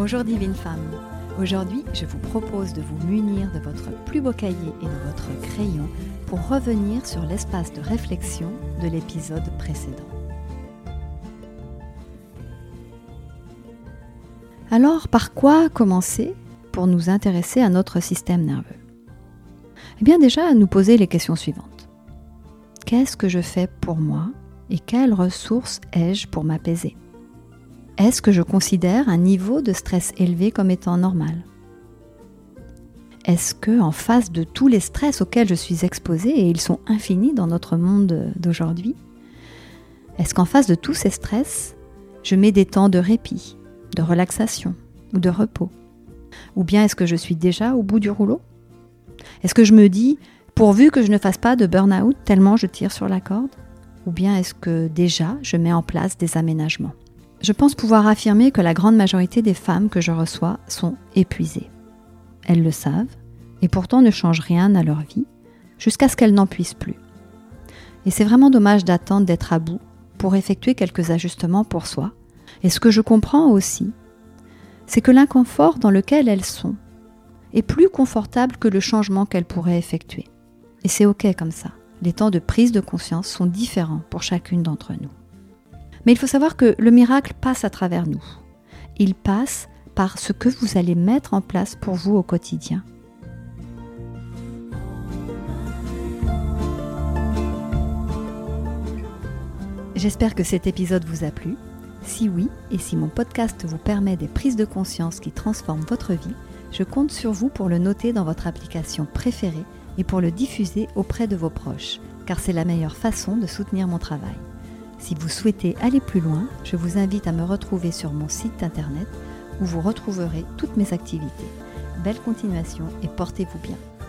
Bonjour divine femme. Aujourd'hui, je vous propose de vous munir de votre plus beau cahier et de votre crayon pour revenir sur l'espace de réflexion de l'épisode précédent. Alors, par quoi commencer pour nous intéresser à notre système nerveux ? Eh bien déjà, nous poser les questions suivantes. Qu'est-ce que je fais pour moi et quelles ressources ai-je pour m'apaiser ? Est-ce que je considère un niveau de stress élevé comme étant normal ? Est-ce que, en face de tous les stress auxquels je suis exposée, et ils sont infinis dans notre monde d'aujourd'hui, est-ce qu'en face de tous ces stress, je mets des temps de répit, de relaxation ou de repos ? Ou bien est-ce que je suis déjà au bout du rouleau ? Est-ce que je me dis, pourvu que je ne fasse pas de burn-out tellement je tire sur la corde ? Ou bien est-ce que déjà je mets en place des aménagements ? Je pense pouvoir affirmer que la grande majorité des femmes que je reçois sont épuisées. Elles le savent et pourtant ne changent rien à leur vie jusqu'à ce qu'elles n'en puissent plus. Et c'est vraiment dommage d'attendre d'être à bout pour effectuer quelques ajustements pour soi. Et ce que je comprends aussi, c'est que l'inconfort dans lequel elles sont est plus confortable que le changement qu'elles pourraient effectuer. Et c'est ok comme ça. Les temps de prise de conscience sont différents pour chacune d'entre nous. Mais il faut savoir que le miracle passe à travers nous. Il passe par ce que vous allez mettre en place pour vous au quotidien. J'espère que cet épisode vous a plu. Si oui, et si mon podcast vous permet des prises de conscience qui transforment votre vie, je compte sur vous pour le noter dans votre application préférée et pour le diffuser auprès de vos proches, car c'est la meilleure façon de soutenir mon travail. Si vous souhaitez aller plus loin, je vous invite à me retrouver sur mon site internet où vous retrouverez toutes mes activités. Belle continuation et portez-vous bien.